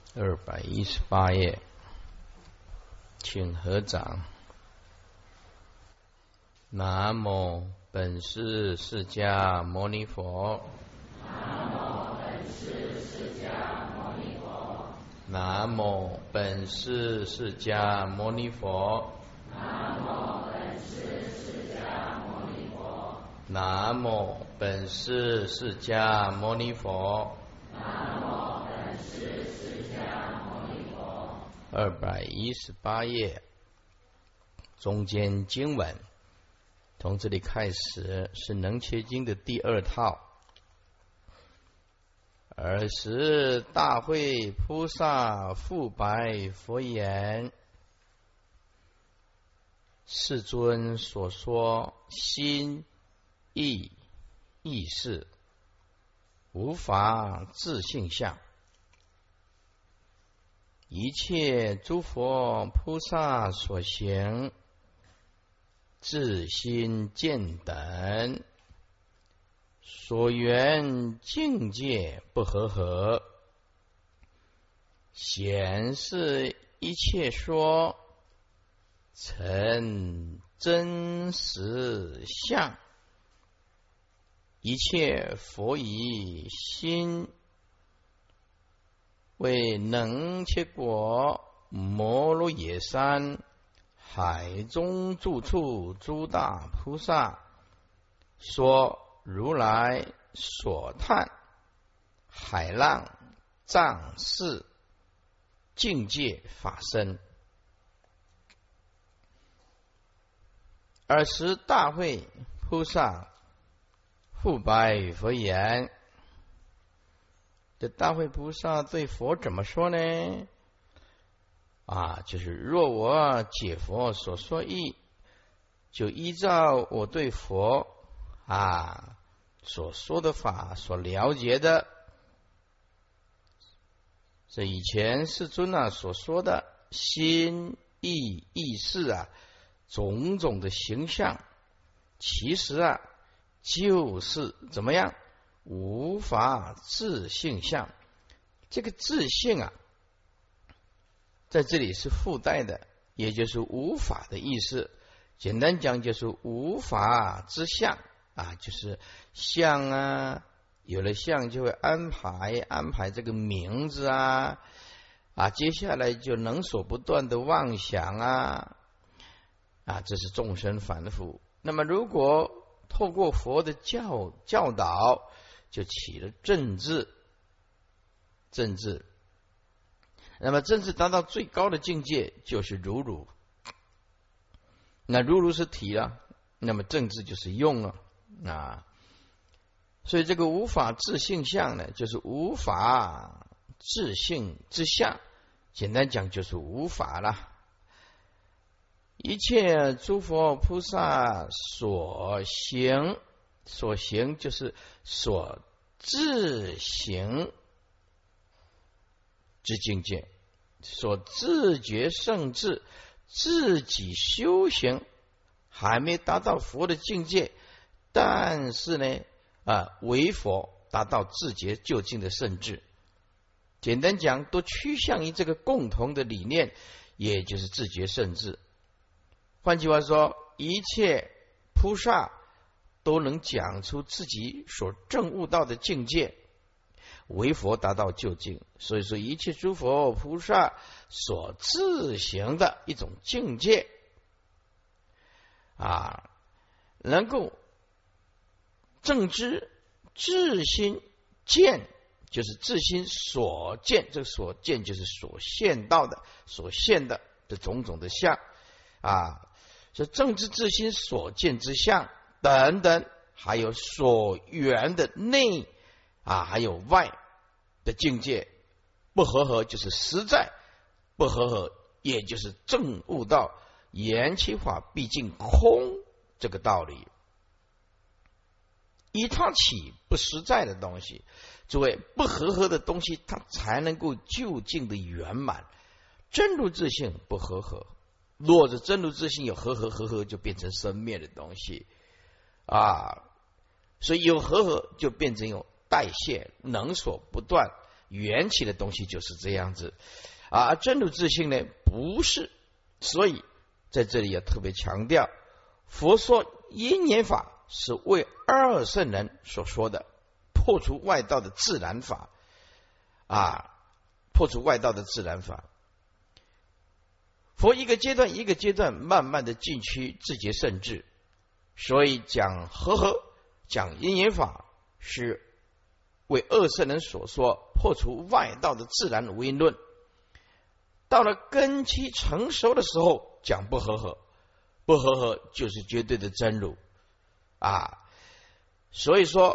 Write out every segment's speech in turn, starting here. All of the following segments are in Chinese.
218页，请合掌。南无本师释迦牟尼佛。 南无本师释迦牟尼佛。 南无本师释迦牟尼佛。 南无本师释迦牟尼佛。 南无本师释迦牟尼佛。 南无本师释迦牟尼佛。 218页，中间经文，从这里开始是能切经的第二套。尔时大会菩萨复白佛言：世尊所说心意意识无法自性相，一切诸佛菩萨所行自心见等，所缘境界不和合，显示一切说成真实相，一切佛以心为能切果摩罗耶山海中住处诸大菩萨说如来所叹海浪藏识境界法身。尔时大会菩萨复白佛言：这大会菩萨对佛怎么说呢？就是若我解佛所说义，就依照我对佛所说的法所了解的，这以前世尊所说的心意意识种种的形象，其实就是怎么样无法自性相。这个自性在这里是附带的，也就是无法的意思。简单讲就是无法之相就是相有了相就会安排这个名字接下来就能所不断的妄想这是众生凡夫。那么如果透过佛的教导，就起了正智，那么正智达到最高的境界就是如如，那如如是体了，那么正智就是用了所以这个无法自性相呢，就是无法自性之相，简单讲就是无法了。一切诸佛菩萨所行就是所自行之境界，所自觉圣智，自己修行还没达到佛的境界，但是呢为佛达到自觉究竟的圣智。简单讲都趋向于这个共同的理念，也就是自觉圣智。换句话说，一切菩萨都能讲出自己所证悟到的境界，为佛达到究竟。所以说一切诸佛菩萨所自行的一种境界能够正知自心见，就是自心所见，这个所见就是所现到的所现的种种的相所以正知自心所见之相等等，还有所缘的内还有外的境界不和合，就是实在不和合，也就是证悟到缘起法毕竟空这个道理。以它起不实在的东西，诸位，不和合的东西它才能够究竟的圆满。真如自性不和合，若是真如自性有和合就变成生灭的东西所以有和合就变成有代谢，能所不断缘起的东西就是这样子啊。真如自性呢不是，所以在这里要特别强调，佛说因缘法是为二圣人所说的，破除外道的自然法啊，破除外道的自然法。佛一个阶段一个阶段慢慢的进趋自觉圣智，所以讲和合，讲因缘法是为二圣人所说，破除外道的自然无因论。到了根基成熟的时候，讲不和合，不和合就是绝对的真如啊。所以说，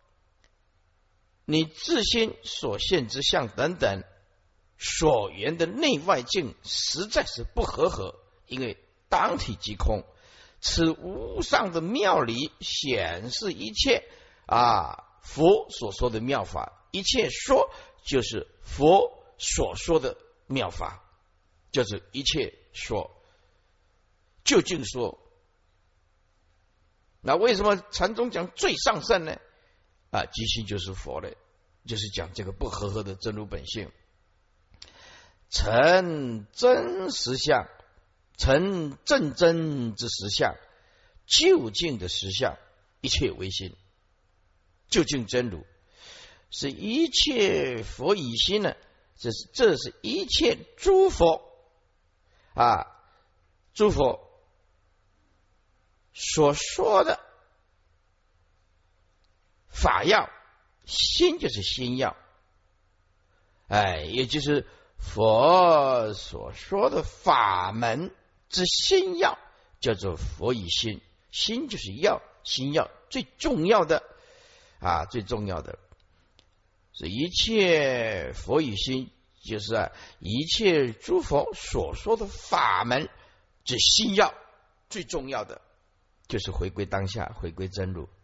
你自心所现之相等等所缘的内外境，实在是不和合，因为当体即空。此无上的妙理，显示一切佛所说的妙法，一切说就是佛所说的妙法，就是一切说，究竟说。那为什么禅宗讲最上圣呢？即心就是佛了，就是讲这个不和合的真如本性。成真实相，成正真之实相，究竟的实相，一切唯心，究竟真如，是一切佛以心呢？这是一切诸佛诸佛所说的法要，心就是心要，也就是佛所说的法门之心要，叫做佛以心。心就是要，心要最重要的最重要的是一切佛以心，就是一切诸佛所说的法门之心要，最重要的就是回归当下，回归真如。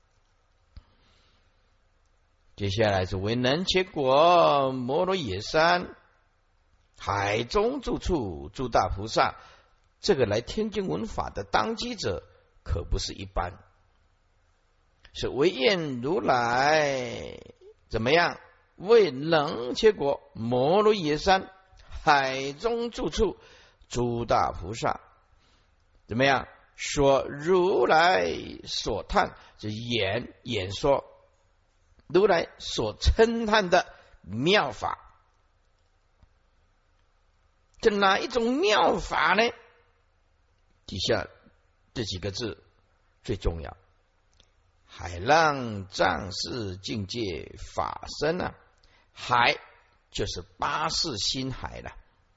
接下来是为能结果摩罗野山海中住处诸大菩萨，这个来听经闻法的当机者可不是一般，是唯愿如来怎么样为能结果摩罗野山海中住处诸大菩萨怎么样说如来所叹，这演说如来所称叹的妙法。这哪一种妙法呢？底下这几个字最重要，海浪藏识境界法身海就是八识心海了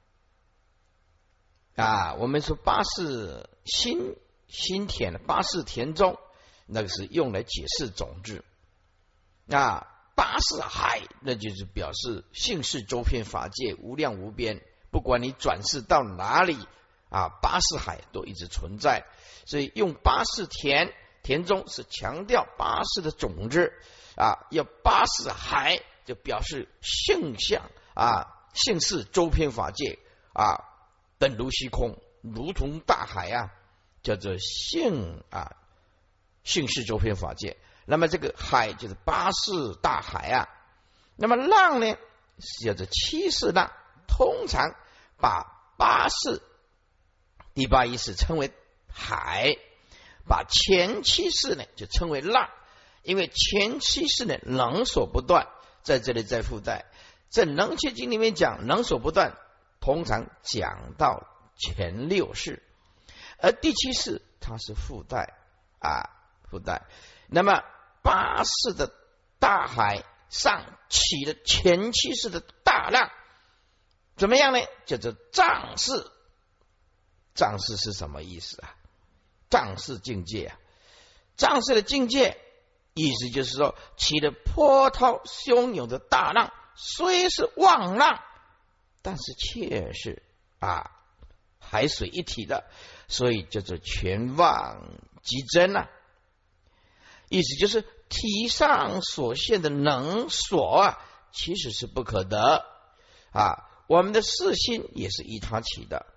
我们说八识心田的八识田中，那个是用来解释种子八识海，那就是表示性识周遍法界无量无边，不管你转世到哪里八识海都一直存在。所以用八识田中是强调八识的种子要八识海就表示性相性识周遍法界等如虚空，如同大海叫做性识周遍法界。那么这个海就是八识大海那么浪呢是叫做七识浪，通常把八识第八意识称为海，把前七识呢就称为浪，因为前七识呢能所不断，在这里再附带，在能切经里面讲能所不断，通常讲到前六识，而第七识它是附带附带。那么八识的大海上起了前七识的大浪，怎么样呢？叫做藏识。藏识是什么意思藏识境界藏识的境界意思就是说，起了波涛汹涌的大浪，虽是汪浪，但是却是海水一体的，所以叫做全妄即真意思就是体上所现的能所其实是不可得我们的视心也是依他起的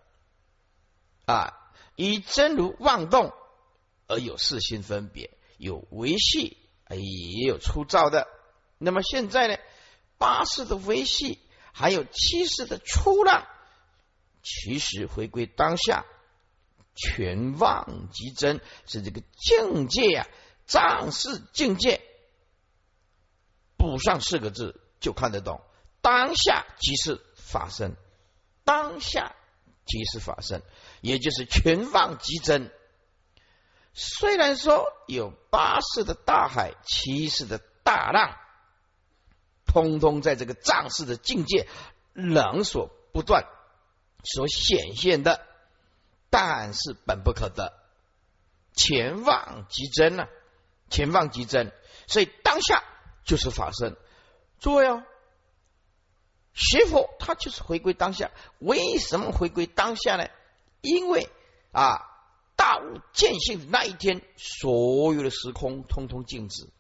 以真如妄动而有视心分别，有维系也有粗糙的。那么现在呢， 八识的微细，还有七识的出浪，其实回归当下，全忘即真，是这个境界啊，藏识境界。补上4个字就看得懂，当下即是法身，当下即是法身，也就是全忘即真。虽然说有八识的大海，七识的大浪，通通在这个藏识的境界能所不断所显现的，但是本不可得，全忘即真啊，全忘即真，所以当下就是法身。诸位哦，学佛它就是回归当下。为什么回归当下呢？因为大悟见性的那一天，所有的时空通通静止。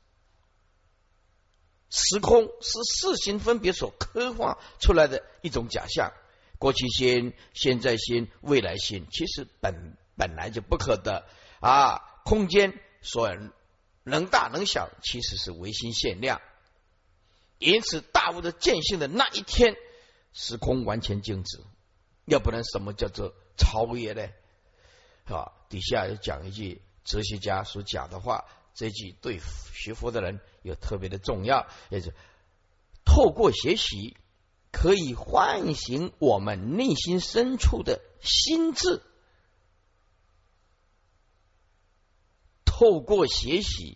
时空是四心分别所刻画出来的一种假象，过去心、现在心、未来心，其实本来就不可得空间所能大能小，其实是唯心限量。因此大悟的见性的那一天，时空完全静止，要不然什么叫做超越呢？底下有讲一句哲学家所讲的话，这句对学佛的人有特别的重要，也是透过学习可以唤醒我们内心深处的心智，透过学习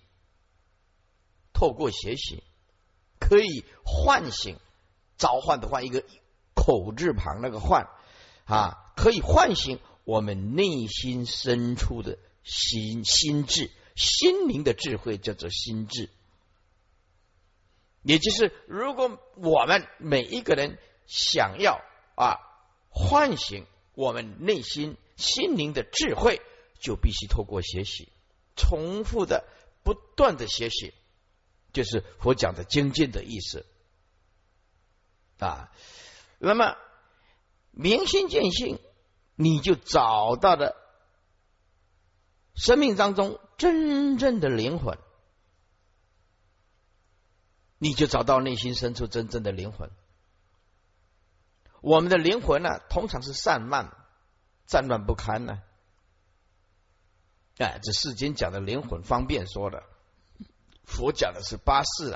可以唤醒，召唤的唤，一个口字旁那个唤可以唤醒我们内心深处的心智，心灵的智慧叫做心智。也就是如果我们每一个人想要唤醒我们内心心灵的智慧，就必须透过学习，重复的不断的学习，就是佛讲的精进的意思那么明心见性，你就找到了生命当中真正的灵魂，你就找到内心深处真正的灵魂。我们的灵魂呢，通常是散漫战乱不堪呢这世间讲的灵魂方便说的，佛讲的是八识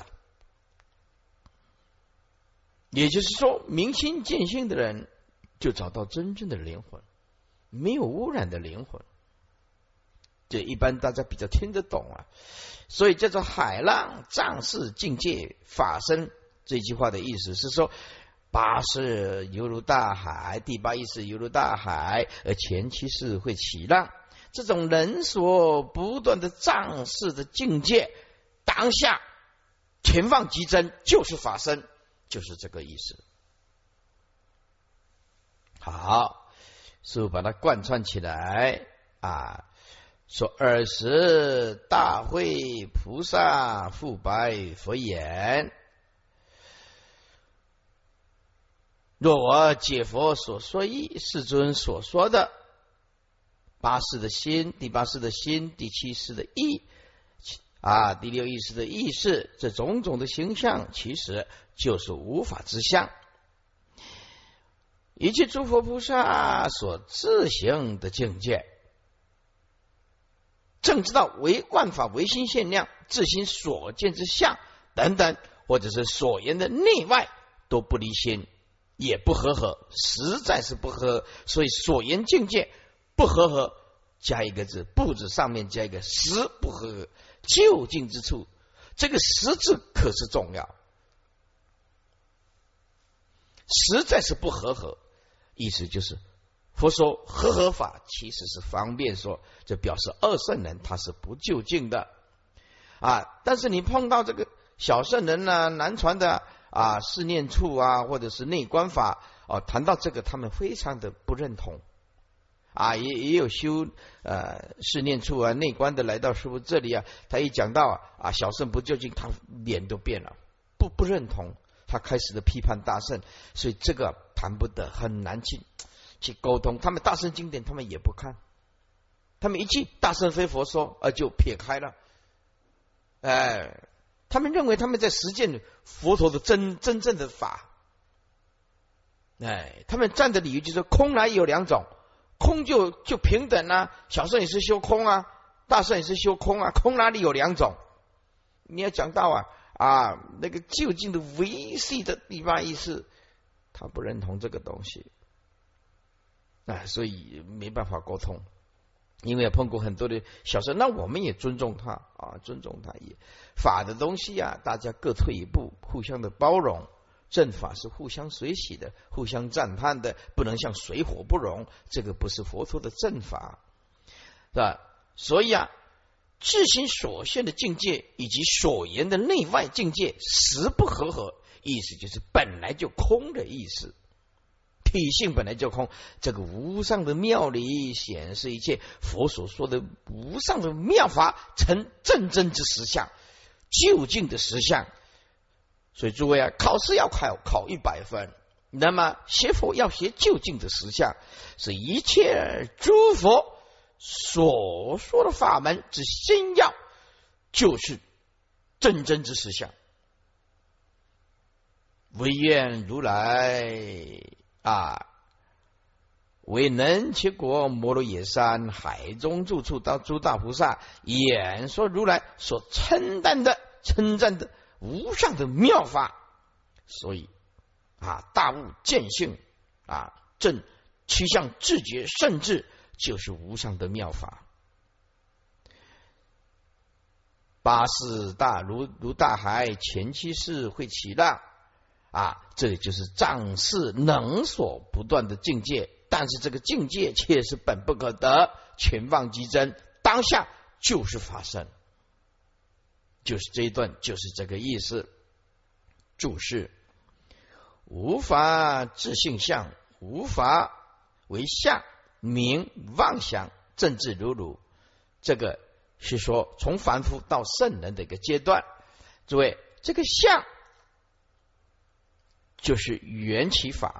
也就是说明心见性的人就找到真正的灵魂，没有污染的灵魂，这一般大家比较听得懂所以叫做海浪藏识境界法身。这句话的意思是说，八识犹如大海，第八意识犹如大海，而前七识会起浪。这种人所不断的藏识的境界，当下全忘即真，就是法身，就是这个意思。好，师父把它贯穿起来说尔时大会菩萨复白佛言：若我解佛所说义，世尊所说的八识的心、第八识的心、第七识的意第六意识的意识，这种种的形象，其实就是无法之相。一切诸佛菩萨所自行的境界，正知道为万法唯心限量，自心所见之相等等，或者是所言的内外都不离心，也不合合，实在是不合。所以所言境界不合合，加一个字，不字上面加一个实，不合合，究竟之处，这个实字可是重要，实在是不合合，意思就是佛说合合法，其实是方便说，就表示二圣人他是不究竟的但是你碰到这个小圣人南传的四念处或者是内观法谈到这个，他们非常的不认同也有修四念处内观的来到师父这里他一讲到小圣不究竟，他脸都变了，不认同，他开始的批判大圣，所以这个谈不得，很难去沟通。他们大圣经典他们也不看，他们一句大圣非佛说就撇开了。 他们认为他们在实践佛陀的真正的法。他们站的理由就是说，空来有两种，空就平等啊，小圣也是修空啊，大圣也是修空啊，空哪里有两种？你要讲到那个究竟的维系的第八意识，他不认同这个东西，所以没办法沟通。因为碰过很多的小圣，那我们也尊重他尊重他，也法的东西大家各退一步，互相的包容。正法是互相随喜的，互相赞叹的，不能像水火不容，这个不是佛陀的正法，是吧？所以自心所现的境界以及所言的内外境界实不合，意思就是本来就空的意思，体性本来就空。这个无上的妙理显示一切佛所说的无上的妙法成正真之实相，究竟的实相。所以诸位考试要考100分，那么学佛要学究竟的实相，是一切诸佛所说的法门之心要，就是真真之实相。唯愿如来为能切国摩罗野山海中住处到诸大菩萨演说如来所称赞的无上的妙法。所以大悟见性正趋向自觉甚至就是无上的妙法。八事大如大海，前期事会起浪这就是障事能所不断的境界，但是这个境界却是本不可得，全妄即真，当下就是发生，就是这一段就是这个意思。注释：无法自性相，无法为相，名妄想，正智如如。这个是说从凡夫到圣人的一个阶段。诸位，这个相就是缘起法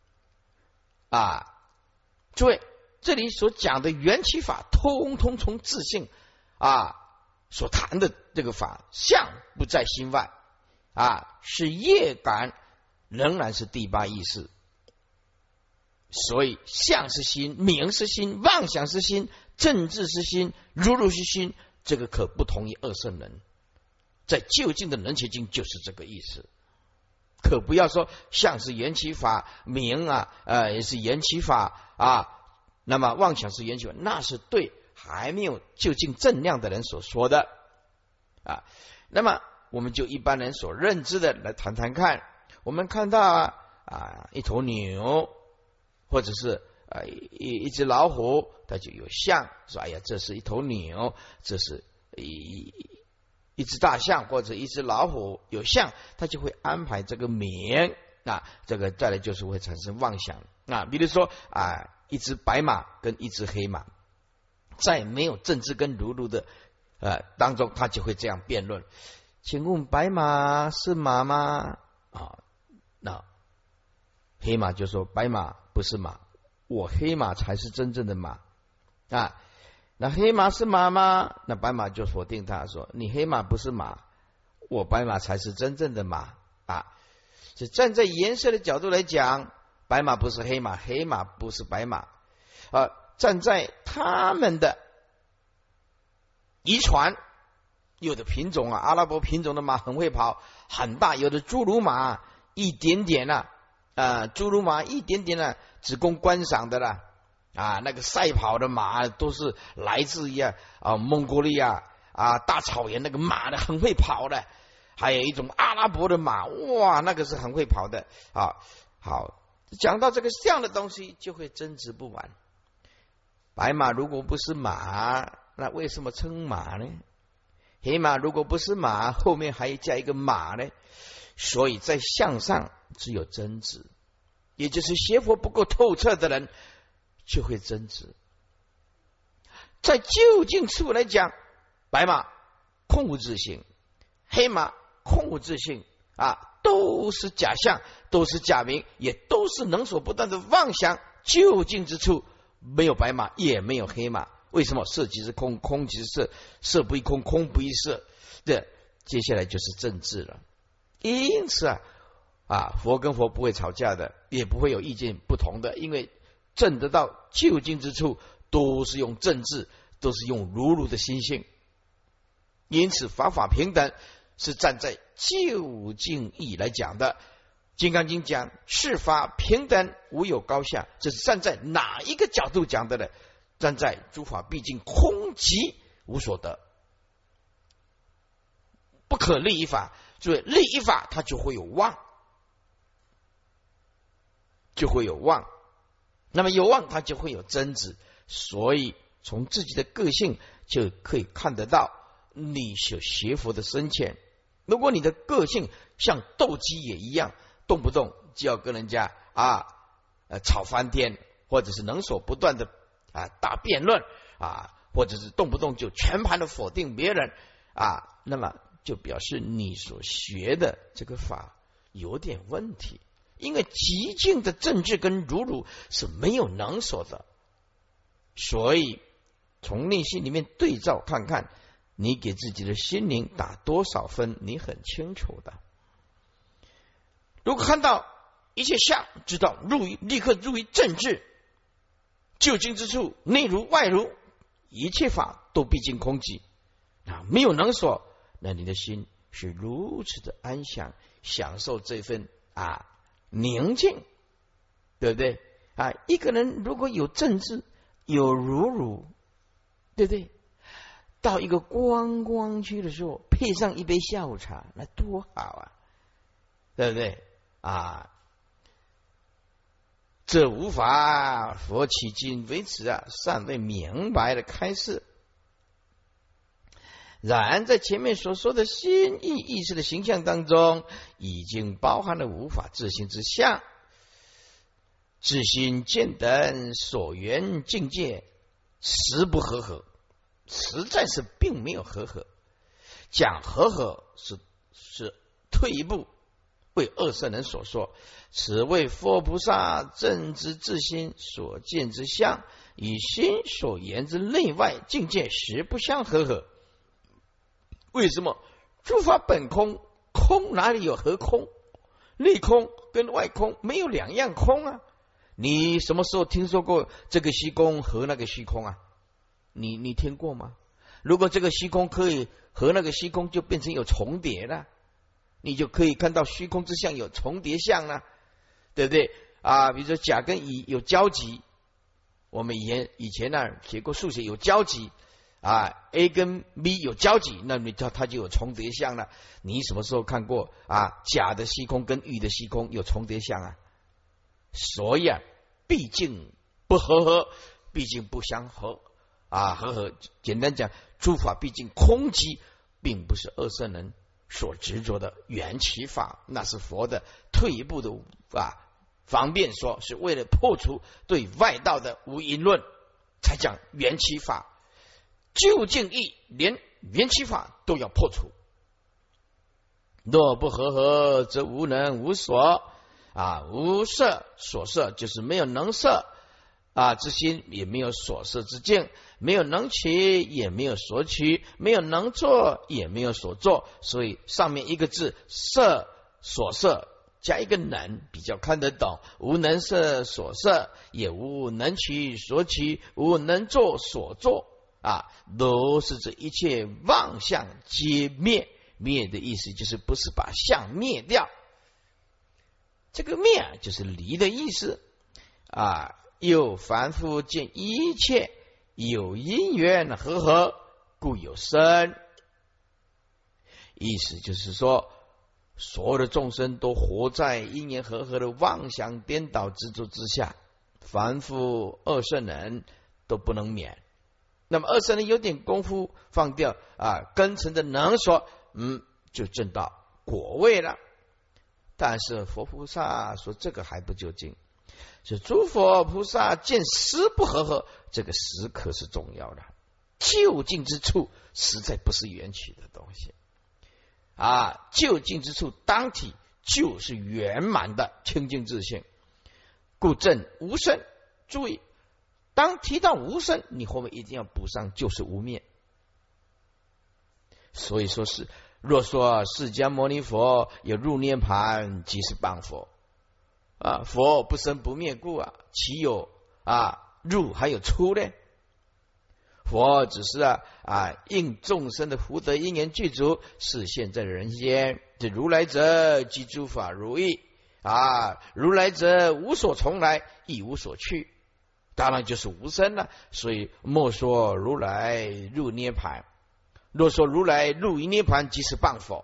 诸位，这里所讲的缘起法通通从自性所谈的这个法，相不在心外是业感，仍然是第八意识。所以相是心，名是心，妄想是心，正智是心，如如是心，这个可不同于二圣人。在究竟的人切经就是这个意思，可不要说相是缘起法，名也是缘起法那么妄想是缘起法，那是对还没有究竟正量的人所说的那么我们就一般人所认知的来谈谈看。我们看到一头牛，或者是一只老虎，它就有相，说这是一头牛，这是一只大象或者一只老虎，有相，它就会安排这个名这个再来就是会产生妄想比如说一只白马跟一只黑马，在没有正知跟如如的当中，他就会这样辩论。请问白马是马吗？那黑马就说白马不是马，我黑马才是真正的马那黑马是马吗？那白马就否定他说，你黑马不是马，我白马才是真正的马就站在颜色的角度来讲，白马不是黑马，黑马不是白马站在他们的遗传，有的品种阿拉伯品种的马很会跑，很大，有的侏儒马一点点侏儒马一点点只供观赏的啦那个赛跑的马都是来自于蒙古利亚大草原，那个马的很会跑的。还有一种阿拉伯的马，哇，那个是很会跑的好，讲到这个像的东西就会争执不完。白马如果不是马，那为什么称马呢？黑马如果不是马，后面还加一个马呢？所以在相上只有争执，也就是学佛不够透彻的人就会争执。在究竟处来讲，白马空无自性，黑马空无自性都是假象，都是假名，也都是能所不断的妄想。究竟之处没有白马，也没有黑马。为什么？色即是空，空即是色，色不异空，空不异色。 接下来就是政治了。因此佛跟佛不会吵架的，也不会有意见不同的，因为证得到究竟之处，都是用政治，都是用如如的心性。因此法法平等是站在究竟义来讲的。金刚经讲是法平等无有高下，这是站在哪一个角度讲的呢？站在诸法毕竟空寂无所得，不可立一法，所以立一法它就会有妄，就会有妄，那么有妄它就会有争执，所以从自己的个性就可以看得到你所学佛的深浅。如果你的个性像斗鸡也一样，动不动就要跟人家吵翻天，或者是能所不断的大辩论或者是动不动就全盘的否定别人那么就表示你所学的这个法有点问题。因为极静的政治跟如如是没有能所的，所以从内心里面对照看看，你给自己的心灵打多少分，你很清楚的。如果看到一切相，知道立刻入于政治，究竟之处，内如外如，一切法都毕竟空寂没有能所，那你的心是如此的安详，享受这份宁静，对不对一个人如果有政治，有如如，对不对？到一个观光区的时候，配上一杯下午茶，那多好对不对这无法佛迄今为止尚未明白的开示。然在前面所说的心意意识的形象当中，已经包含了无法自性之相，自心见等所缘境界实不和合，实在是并没有和合。讲和合是退一步为二圣人所说，此为佛菩萨正知自心所见之相，与心所言之内外境界实不相和合。为什么？诸法本空，空哪里有合空？内空跟外空没有两样空你什么时候听说过这个虚空和那个虚空你听过吗？如果这个虚空可以和那个虚空就变成有重叠了，你就可以看到虚空之相有重叠相了，对不对比如说甲跟乙有交集，我们以前学过数学有交集A 跟 B 有交集，那么它就有重叠相了。你什么时候看过甲的虚空跟乙的虚空有重叠相所以毕竟不和合，毕竟不相合和合。简单讲，诸法毕竟空寂，并不是二圣人所执着的缘起法，那是佛的退一步的方便说，是为了破除对外道的无因论，才讲缘起法。究竟义连缘起法都要破除，若不和合，则无能无所无色所色，就是没有能色之心，也没有所色之境，没有能取，也没有所取，没有能做，也没有所做。所以上面一个字色所色加一个能，比较看得懂。无能色所色，也无能取所取，无能做所做都是这一切妄相皆灭。灭的意思就是不是把相灭掉，这个灭就是离的意思又凡夫见一切有因缘和合，故有生。意思就是说，所有的众生都活在因缘和合的妄想颠倒执着之下，凡夫二圣人都不能免。那么二圣人有点功夫放掉根尘的能所，就证到果位了。但是佛菩萨说这个还不究竟，是诸佛菩萨见实不和合，这个实可是重要的。究竟之处实在不是缘起的东西究竟之处当体就是圆满的清净自性，故证无生。注意，当提到无生，你后面一定要补上就是无灭。所以说是若说释迦牟尼佛有入涅盘，即是谤佛啊！佛不生不灭故啊，岂有入还有出呢？佛只是应众生的福德因缘具足，示现在人间。这如来者，即诸法如意如来者无所从来，亦无所去，当然就是无生了。所以莫说如来入涅盘。若说如来入于涅盘，即是谤佛。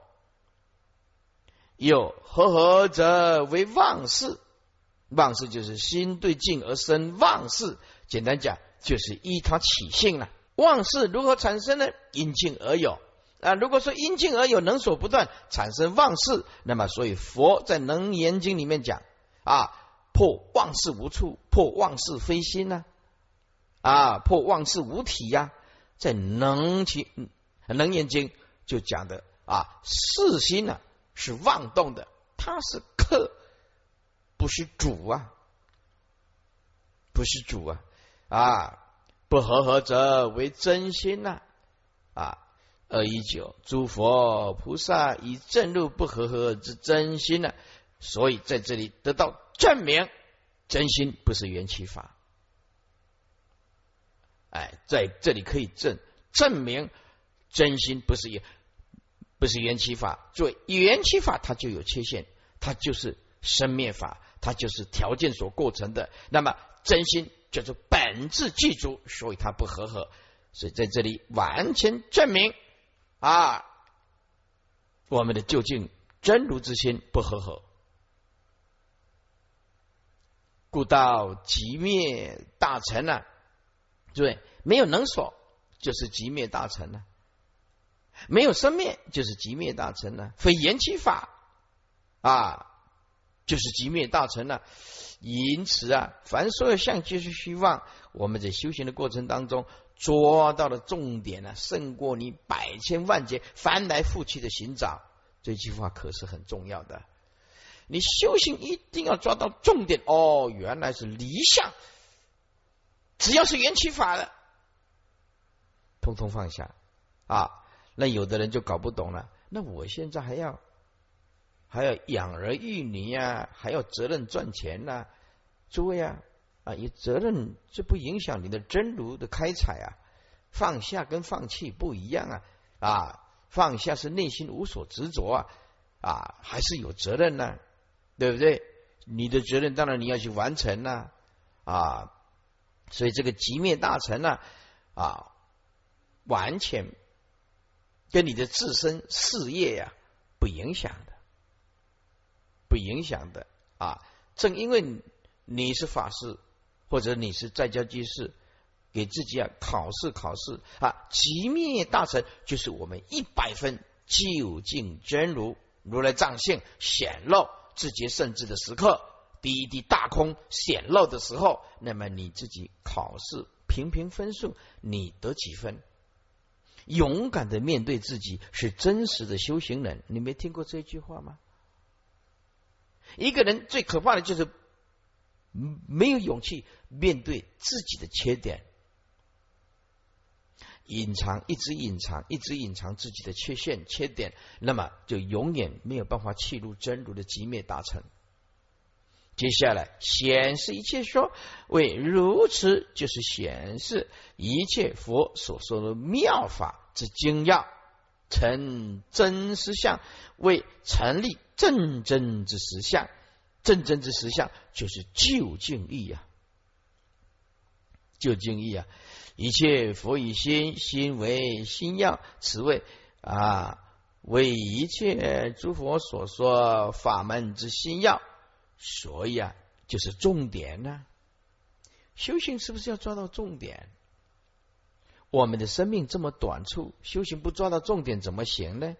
又和则为妄事，妄事就是心对境而生妄事，简单讲就是依他起性了。妄事如何产生呢？因境而有如果说因境而有，能所不断，产生妄事，那么所以佛在楞严经里面讲破妄事无处，破妄事非心破妄事无体在楞严经就讲的是心是妄动的，它是客，不是主不是主不和则为真心219诸佛菩萨以正入不和之真心所以在这里得到证明，真心不是缘起法。在这里可以证明真心不是缘起法。所以缘起法它就有缺陷，它就是生灭法，它就是条件所构成的。那么真心叫做本质具足，所以它不和合。所以在这里完全证明我们的究竟真如之心不和合，故到极灭大成对，没有能所就是极灭大成没有生灭就是极灭大成非缘起法就是极灭大成因此凡所有相皆是虚妄。我们在修行的过程当中抓到了重点胜过你百千万劫翻来覆去的寻找。这句话可是很重要的，你修行一定要抓到重点原来是离相，只要是缘起法的通通放下那有的人就搞不懂了，那我现在还要养儿育女还要责任赚钱诸位有责任这不影响你的真如的开采放下跟放弃不一样放下是内心无所执着还是有责任对不对？你的责任当然你要去完成所以这个极灭大成完全跟你的自身事业不影响的正因为你是法师或者你是在家居士，给自己考试极灭大成就是我们100分究竟真如来藏性显露自觉圣智的时刻，第一滴大空显露的时候，那么你自己考试评分数你得几分？勇敢的面对自己是真实的修行人。你没听过这句话吗？一个人最可怕的就是没有勇气面对自己的缺点，一直隐藏自己的缺点，那么就永远没有办法契入真如的极灭大成。接下来显示一切说，为如此，就是显示一切佛所说的妙法之精要，成真实相，为成立正真之实相。正真之实相就是究竟义究竟义一切佛以心，心为心要，此谓为一切诸佛所说法门之心要。所以就是重点修行是不是要抓到重点？我们的生命这么短促，修行不抓到重点怎么行呢？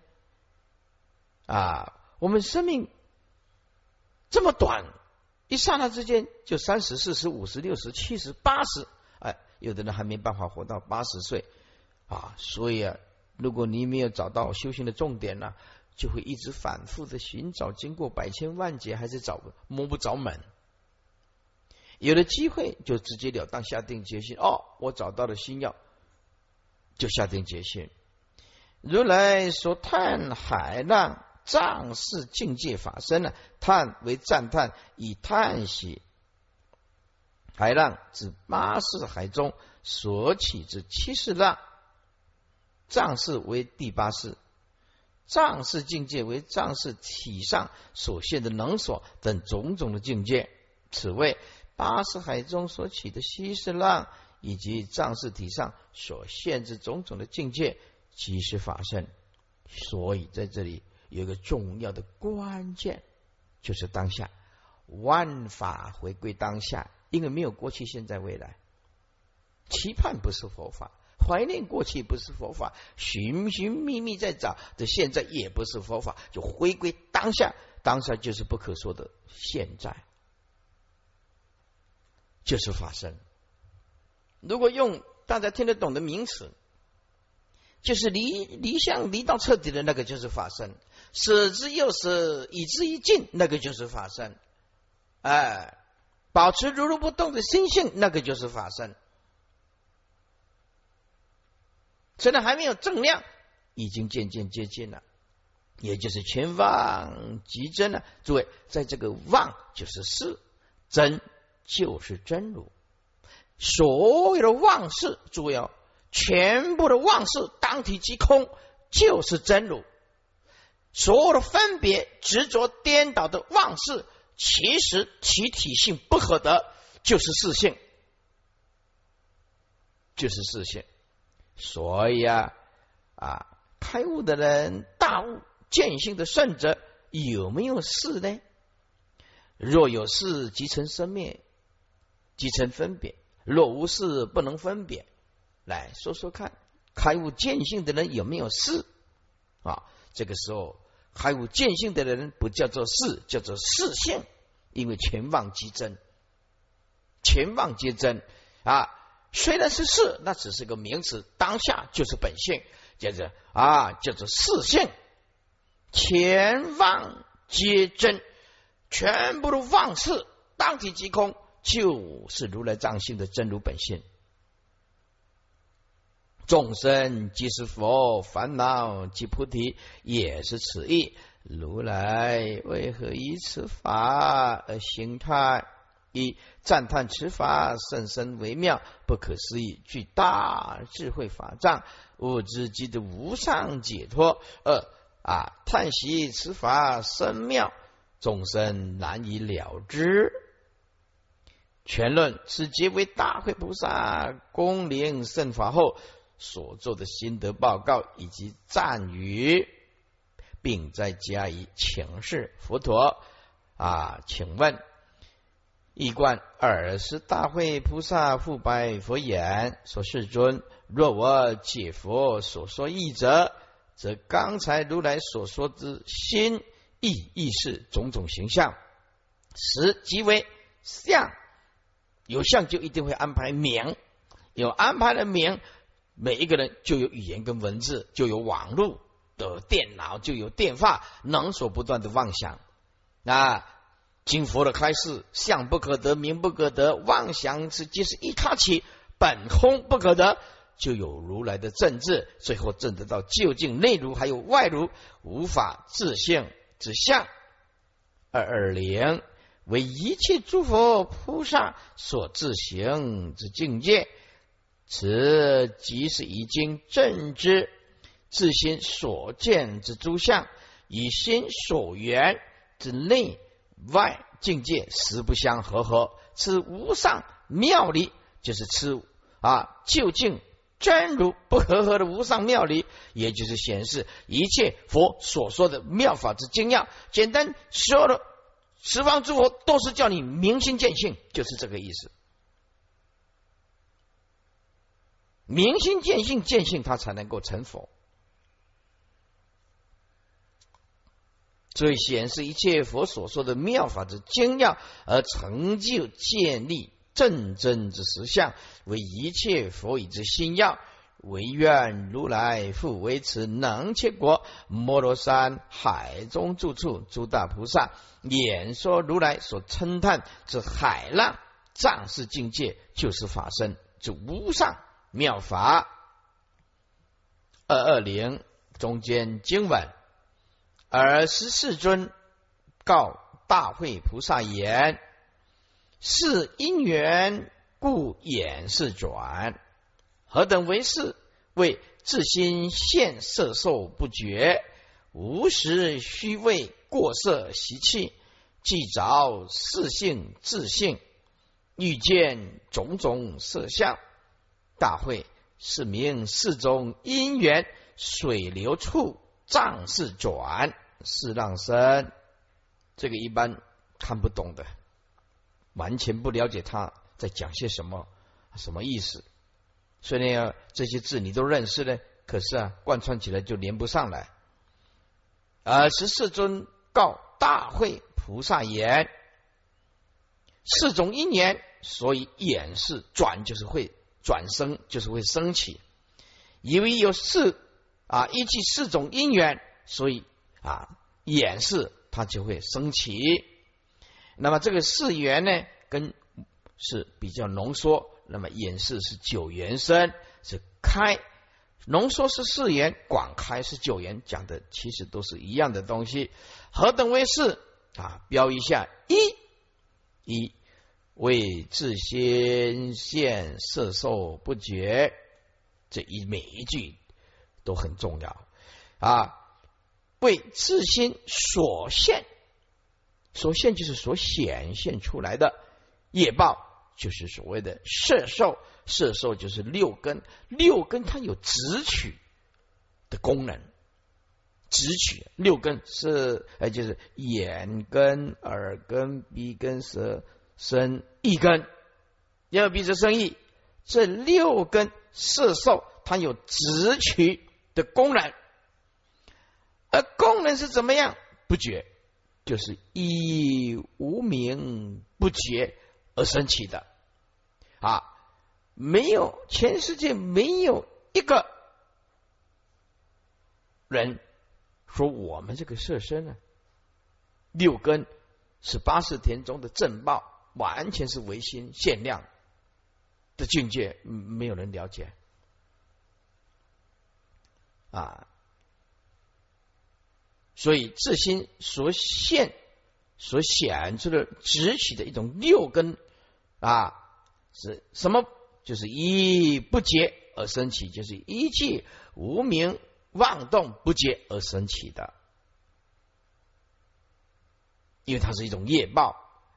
我们生命这么短，一刹那之间就30、40、50、60、70、80，有的人还没办法活到80岁所以如果你没有找到修行的重点就会一直反复的寻找，经过百千万劫还是摸不着门。有了机会就直截了当下定决心，我找到了心要，就下定决心。 如来所叹海浪藏识境界法身呢？叹为赞叹，以叹息。海浪指八识海中所起之七识浪，藏识为第八识，藏识境界为藏识体上所现的能所等种种的境界。此谓八识海中所起的七识浪，以及藏识体上所现之种种的境界，即是法身。所以在这里有一个重要的关键，就是当下，万法回归当下，因为没有过去、现在、未来。期盼不是佛法，怀念过去不是佛法，寻寻觅觅在找的现在也不是佛法，就回归当下。当下就是不可说的现在，就是法身。如果用大家听得懂的名词，就是离相离到彻底的那个就是法身，舍之又舍，以之以尽，那个就是法身。保持如如不动的心性，那个就是法身。虽然还没有正量，已经渐渐接近了，也就是全妄即真了。诸位，在这个妄就是事，真就是真如。所有的妄事，诸位哦，全部的妄事当体即空，就是真如。所有的分别、执着、颠倒的妄事，其实其体性不可得，就是事性，就是事性。所以开悟的人、大悟见性的圣者，有没有事呢？若有事，即成生灭，即成分别；若无事，不能分别。来说说看，开悟见性的人有没有事？这个时候开悟见性的人不叫做事，叫做事性，因为全妄即真，全妄皆真虽然是事，那只是个名词，当下就是本性，叫做事性，全妄皆真，全部的妄事当体即空，就是如来藏性的真如本性。众生即是佛，烦恼即菩提，也是此意。如来为何以此法而行叹？一、赞叹此法甚深微妙，不可思议，具大智慧法藏，物之即的无上解脱。二、叹息此法深妙，众生难以了之。全论此皆为大慧菩萨恭临圣法后所做的心得报告以及赞语，并再加以请示佛陀。请问一观尔时大慧菩萨复白佛言：说世尊，若我解佛所说义者，则刚才如来所说之心意识种种形象，实即为相。有相就一定会安排名，有安排了名，每一个人就有语言跟文字，就有网络的电脑，就有电话，能所不断的妄想。经佛的开示，相不可得，名不可得，妄想即是一卡起，本空不可得，就有如来的正智，最后证得到究竟内如还有外如，无法自性之相。220为一切诸佛菩萨所自行之境界，此即是已经证知自心所见之诸相，以心所缘之内外境界实不相合，此无上妙理，就是此究竟真如不合的无上妙理，也就是显示一切佛所说的妙法之精要。简单说了，十方诸佛都是叫你明心见性，就是这个意思。明心见性，见性他才能够成佛。所以显示一切佛所说的妙法之精要，而成就建立正真之实相，为一切佛以之心要。唯愿如来复维持能切国摩罗山海中住处诸大菩萨，演说如来所称叹之海浪藏识境界，就是法身之无上妙法。220 中间经文，而十世尊告大会菩萨言：是因缘，故眼识转。何等为是？为自心现色受不觉，无时虚位过色习气，既着四性自性，欲见种种色相。大会是名四种因缘，水流处，障是转，是让生。这个一般看不懂的，完全不了解他在讲些什么，什么意思。所以呢，这些字你都认识呢，可是贯穿起来就连不上来。十世尊告大会菩萨言：四种因缘，所以眼识转就是会转生，就是会升起。因为有依据四种因缘，所以眼识它就会升起。那么这个四缘呢，跟是比较浓缩。那么眼识是九缘生，是开，浓缩是四缘，广开是九缘，讲的其实都是一样的东西。何等为是？标一下：一为自心现色受不觉，这每一句都很重要为自心所现，所现就是所显现出来的业报，就是所谓的色受。色受就是六根，六根它有执取的功能，执取六根是就是眼根、耳根、鼻根、舌身意根，眼耳鼻舌身意，这六根色受它有执取的功能，而功能是怎么样？不觉，就是依无明不觉而生起的没有，全世界没有一个人说我们这个色身六根是八识田中的正报，完全是唯心限量的境界，没有人了解所以自心所现所显出的执取的一种六根是什么？就是依不觉而生起，就是依据无明妄动不觉而生起的，因为它是一种业报。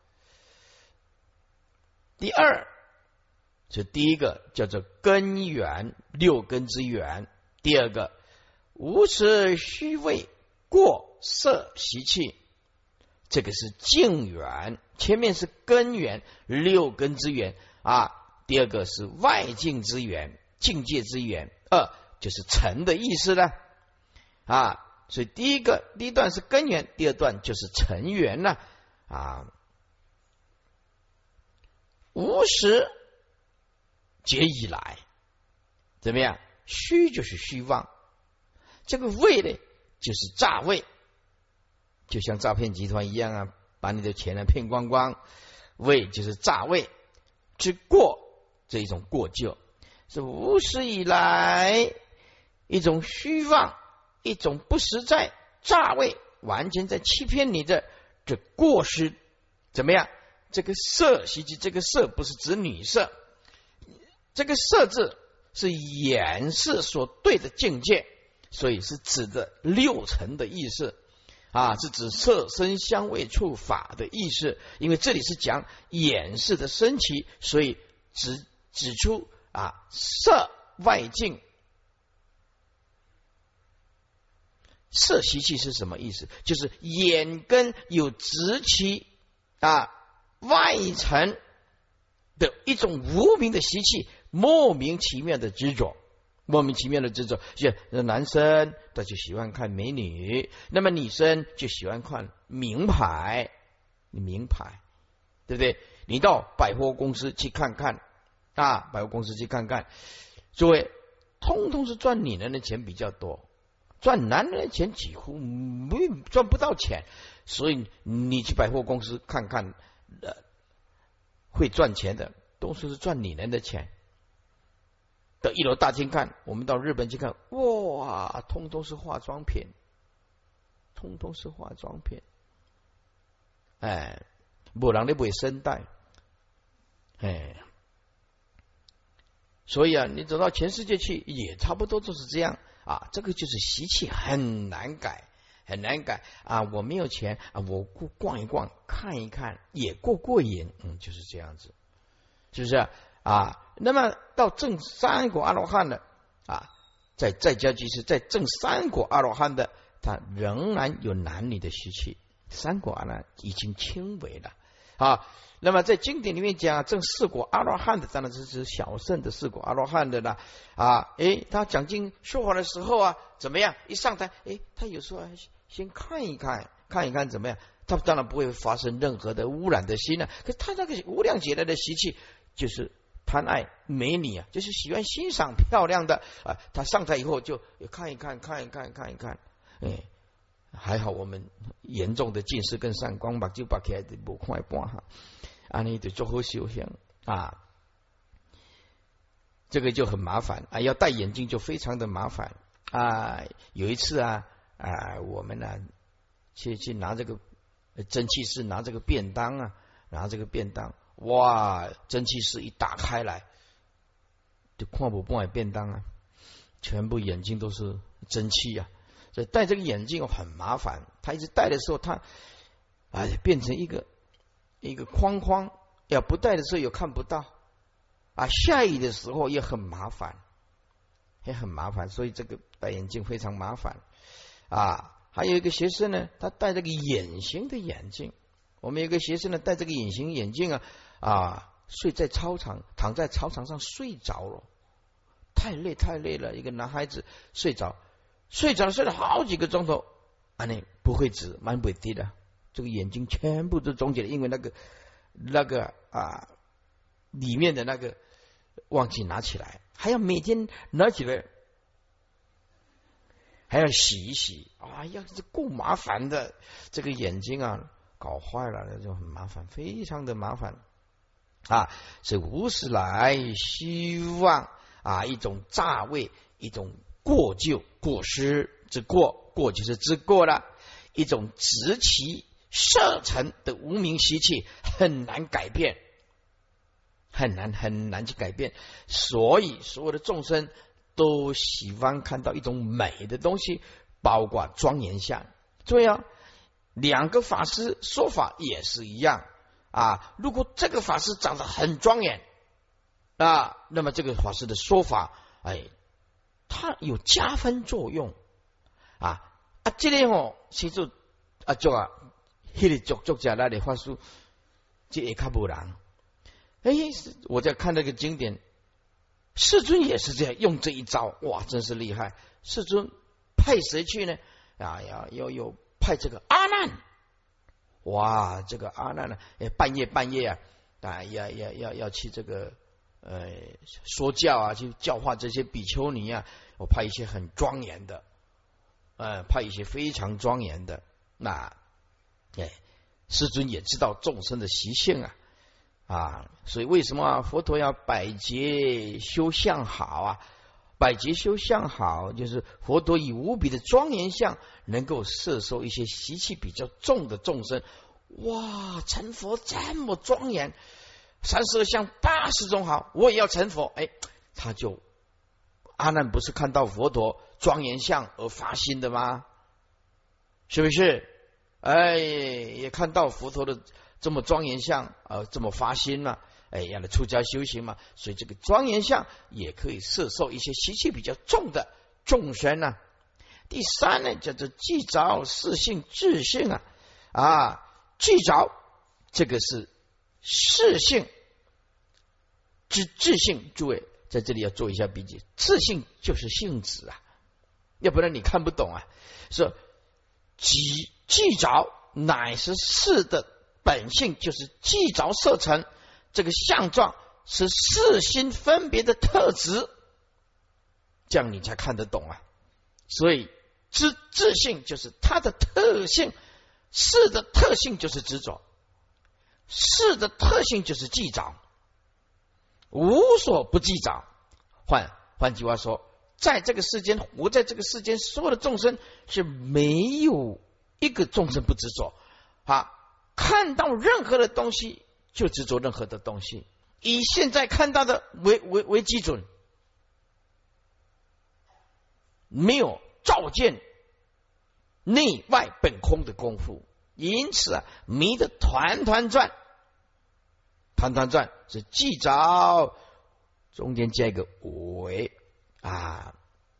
第二，这第一个叫做根源，六根之源；第二个无时虚位过色习气，这个是境源。前面是根源，六根之源第二个是外境之源，境界之源。就是尘的意思了所以第一段是根源，第二段就是尘源了无始劫以来，怎么样？虚就是虚妄，这个位呢就是诈位，就像诈骗集团一样把你的钱骗光光。位就是诈位之过，这一种过旧，是无始以来一种虚妄，一种不实在，诈位，完全在欺骗你的这过失。怎么样？这个色习气，这个色不是指女色，这个色字是眼识所对的境界，所以是指的六尘的意思是指色声香味触法的意思。因为这里是讲眼识的升起，所以指出色外境。色习气是什么意思？就是眼根有执其外层的一种无明的习气，莫名其妙的执着，像男生他就喜欢看美女，那么女生就喜欢看名牌，对不对？你到百货公司去看看诸位，通通是赚女人的钱比较多，赚男人的钱几乎赚不到钱。所以你去百货公司看看会赚钱的都是赚女人的钱到一楼大厅看，我们到日本去看，哇，通通是化妆品，通通是化妆品。哎，没人在卖声带，哎，所以啊，你走到全世界去，也差不多都是这样啊。这个就是习气，很难改，很难改啊。我没有钱啊，我逛一逛，看一看，也过瘾，就是这样子，是不是啊？那么到正三果阿罗汉的啊，在家居士，在正三果阿罗汉的，他仍然有男女的习气。三果阿罗汉已经轻微了啊。那么在经典里面讲，正四果阿罗汉的，当然是指小圣的四果阿罗汉的了啊。他讲经说法的时候啊，怎么样？一上台，他有时候先看一看怎么样？他当然不会发生任何的污染的心了。可是他那个无量劫来的习气，就是贪爱美女啊，就是喜欢欣赏漂亮的啊。他上台以后就看一看。还好我们严重的近视跟散光吧，就把起来的不看一半哈，安尼就做好修行啊，这个就很麻烦啊，要戴眼镜就非常的麻烦啊。有一次我们呢去拿这个蒸汽室，拿这个便当，哇，蒸汽室一打开来，就看不半便当啊，全部眼睛都是蒸汽啊。所以戴这个眼镜很麻烦，他一直戴的时候，他变成一个框，要不戴的时候又看不到啊，下雨的时候也很麻烦，所以这个戴眼镜非常麻烦啊。还有一个学生呢，他戴这个隐形的眼镜，我们有一个学生呢戴这个隐形眼镜睡在操场，躺在操场上睡着了，太累了，一个男孩子睡了好几个钟头，不会直，蛮不低的，这个眼睛全部都肿起来，因为那个里面的那个忘记拿起来，还要每天拿起来，还要洗一洗呀，这够麻烦的，这个眼睛搞坏了就很麻烦，非常的麻烦所以无始来希望一种诈伪，一种过旧过失之过就是之过了，一种执其摄成的无明习气，很难改变，很难去改变。所以所有的众生都喜欢看到一种美的东西，包括庄严相。注意两个法师说法也是一样如果这个法师长得很庄严那么这个法师的说法它有加分作用这个其实迄个作者来的法师这也较无人我在看那个经典，世尊也是这样用这一招，哇，真是厉害。世尊派谁去呢？有派这个阿难，哇，这个阿难呢，半夜要去这个说教去教化这些比丘尼我派一些很庄严的，派一些非常庄严的。那世尊也知道众生的习性所以为什么佛陀要百劫修相好百劫修相好，就是佛陀以无比的庄严相，能够摄受一些习气比较重的众生。哇，成佛这么庄严，32相80种好，我也要成佛。他就阿难不是看到佛陀庄严相而发心的吗？是不是？也看到佛陀的这么庄严相这么发心了，让他出家修行嘛。所以这个庄严相也可以摄受一些习气比较重的众生第三呢，叫做寂着四性智性寂着这个是四性智性，诸位在这里要做一下笔记。智性就是性子要不然你看不懂说寂着乃是事的本性，就是寂着摄成，这个相状是四心分别的特质，这样你才看得懂所以智性就是它的特性，事的特性就是执着，事的特性就是寂着，无所不寂着。 换句话说，在这个世间，活在这个世间，所有的众生是没有一个众生不执着啊！看到任何的东西就执着任何的东西，以现在看到的为基准，没有照见内外本空的功夫，因此啊，迷得团团转。团团转是记着中间加一个为啊，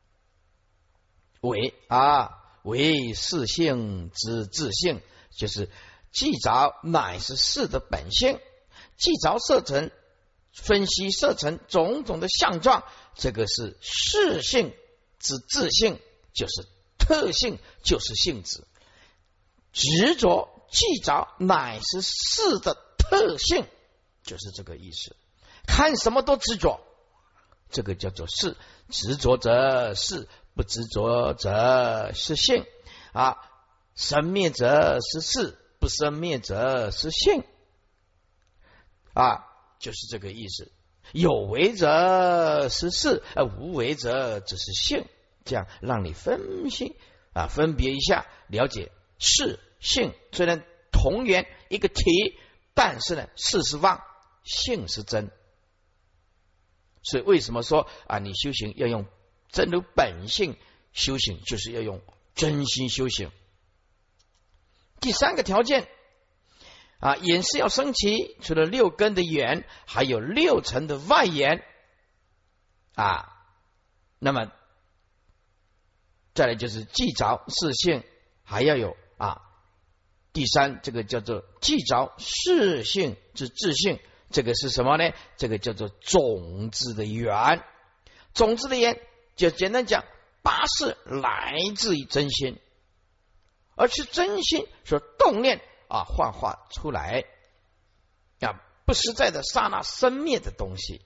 为事性之自性，就是记着乃是事的本性，记着色尘，分析色尘种种的相状，这个是事性之自性，就是特性，就是性质。执着记着乃是事的特性，就是这个意思。看什么都执着，这个叫做事。执着则事，不执着则是性啊。生灭则是事，不生灭则是性啊，就是这个意思。有为则是事，无为则只是性。这样让你分析啊，分别一下，了解事性虽然同源一个体，但是呢，事是妄，性是真。所以为什么说啊，你修行要用真如本性修行，就是要用真心修行。第三个条件啊，眼识要升起，除了六根的眼，还有六尘的外眼啊。那么再来就是记着事性，还要有啊。第三，这个叫做记着事性之自性，这个是什么呢？这个叫做种子的缘。种子的缘就简单讲，八识来自于真心，而是真心所动念啊幻化出来啊，不实在的刹那生灭的东西。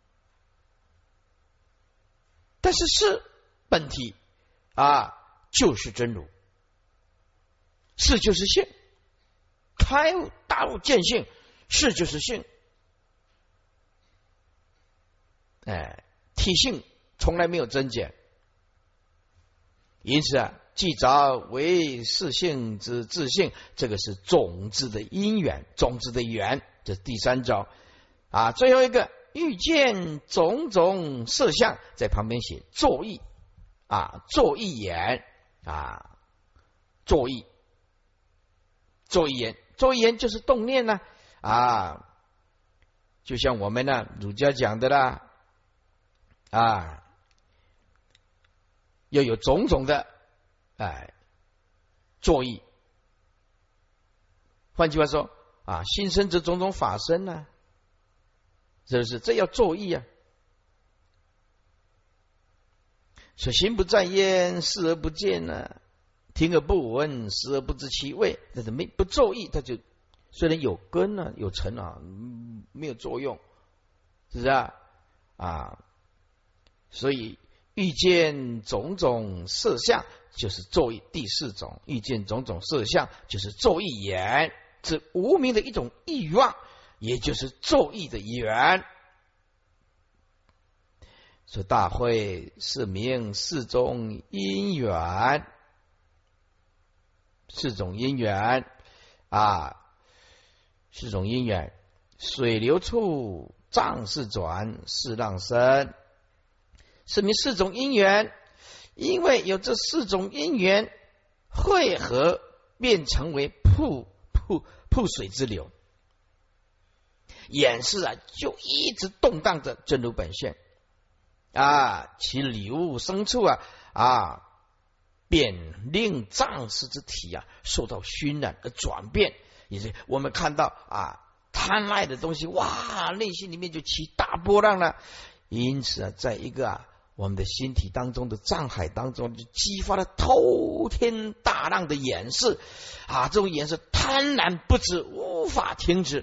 但是是本体啊，就是真如，是就是性，开悟大悟见性，是就是性。体性从来没有增减，因此啊，记着为事性之自性，这个是种子的因缘，种子的缘，这是第三招啊。最后一个，遇见种种色相，在旁边写作意啊，作意言啊，作意言，作意言就是动念呢啊，就像我们呢儒家讲的啦啊，要有种种的作意。换句话说啊，心生则种种法生呢，是不是？这要作意啊。所以心不在焉，视而不见呢，听而不闻，食而不知其味。但是不作意，它就虽然有根啊，有尘啊，没有作用，是不是啊？所以遇见种种色相就是作意。第四种，遇见种种色相就是作意言，是无明的一种欲望，也就是作意的缘。所以大会是名四种因缘，四种因缘啊，四种因缘。水流处，障事转，事浪生，是名四种因缘。因为有这四种因缘汇合，便成为瀑水之流。眼识啊，就一直动荡着真如本性啊，其理物生处啊，便令藏识之体啊受到熏染而转变。也是我们看到啊，贪爱的东西，哇，内心里面就起大波浪了。因此啊，在一个我们的心体当中的障海当中，就激发了滔天大浪的眼识啊，这种眼识贪婪不止，无法停止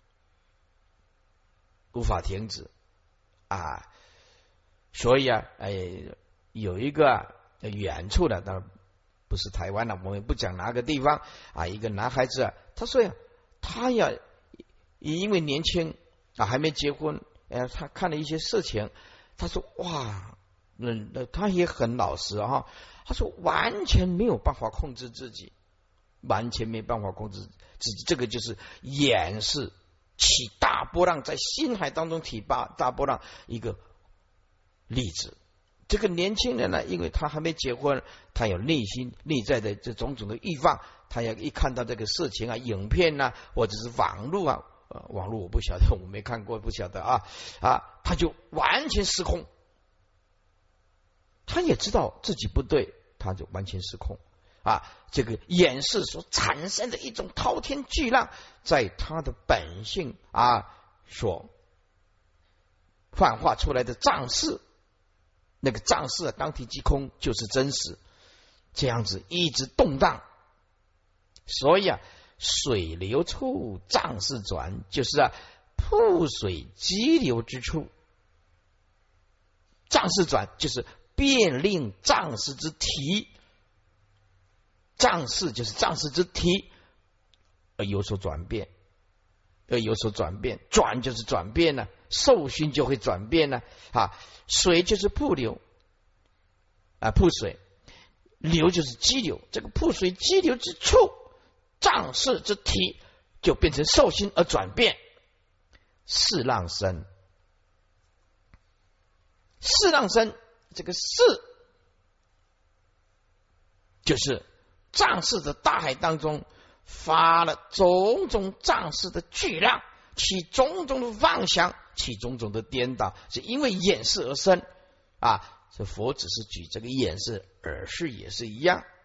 啊。所以啊，有一个远处的，当然不是台湾了，我们不讲哪个地方啊，一个男孩子啊，他说呀，他呀因为年轻啊，还没结婚，他看了一些事情， 他说哇，他也很老实啊，他说完全没有办法控制自己，完全没办法控制自己，这个就是眼是起大波浪，在心海当中起大波浪一个例子。这个年轻人呢，因为他还没结婚，他有内在的这种种的欲望，他要一看到这个事情啊，影片啊，或者是网络啊，网络我不晓得，我没看过，不晓得啊，他就完全失控。他也知道自己不对，他就完全失控啊！这个眼识所产生的一种滔天巨浪，在他的本性啊所幻化出来的障识，那个障识当体即空，就是真实，这样子一直动荡。所以水流处障识转，就是瀑水激流之处，障识转就是变令障识之体，障识就是障识之体而有所转变，转就是转变了，受熏就会转变了水就是瀑流瀑水，流就是激流，这个瀑水激流之处，障识之体就变成受熏而转变。四浪生，这个四就是障识的大海当中发了种种障识的巨浪，起种种的妄想，起种种的颠倒，是因为眼识而生这佛只是举这个眼识，耳识也是一样。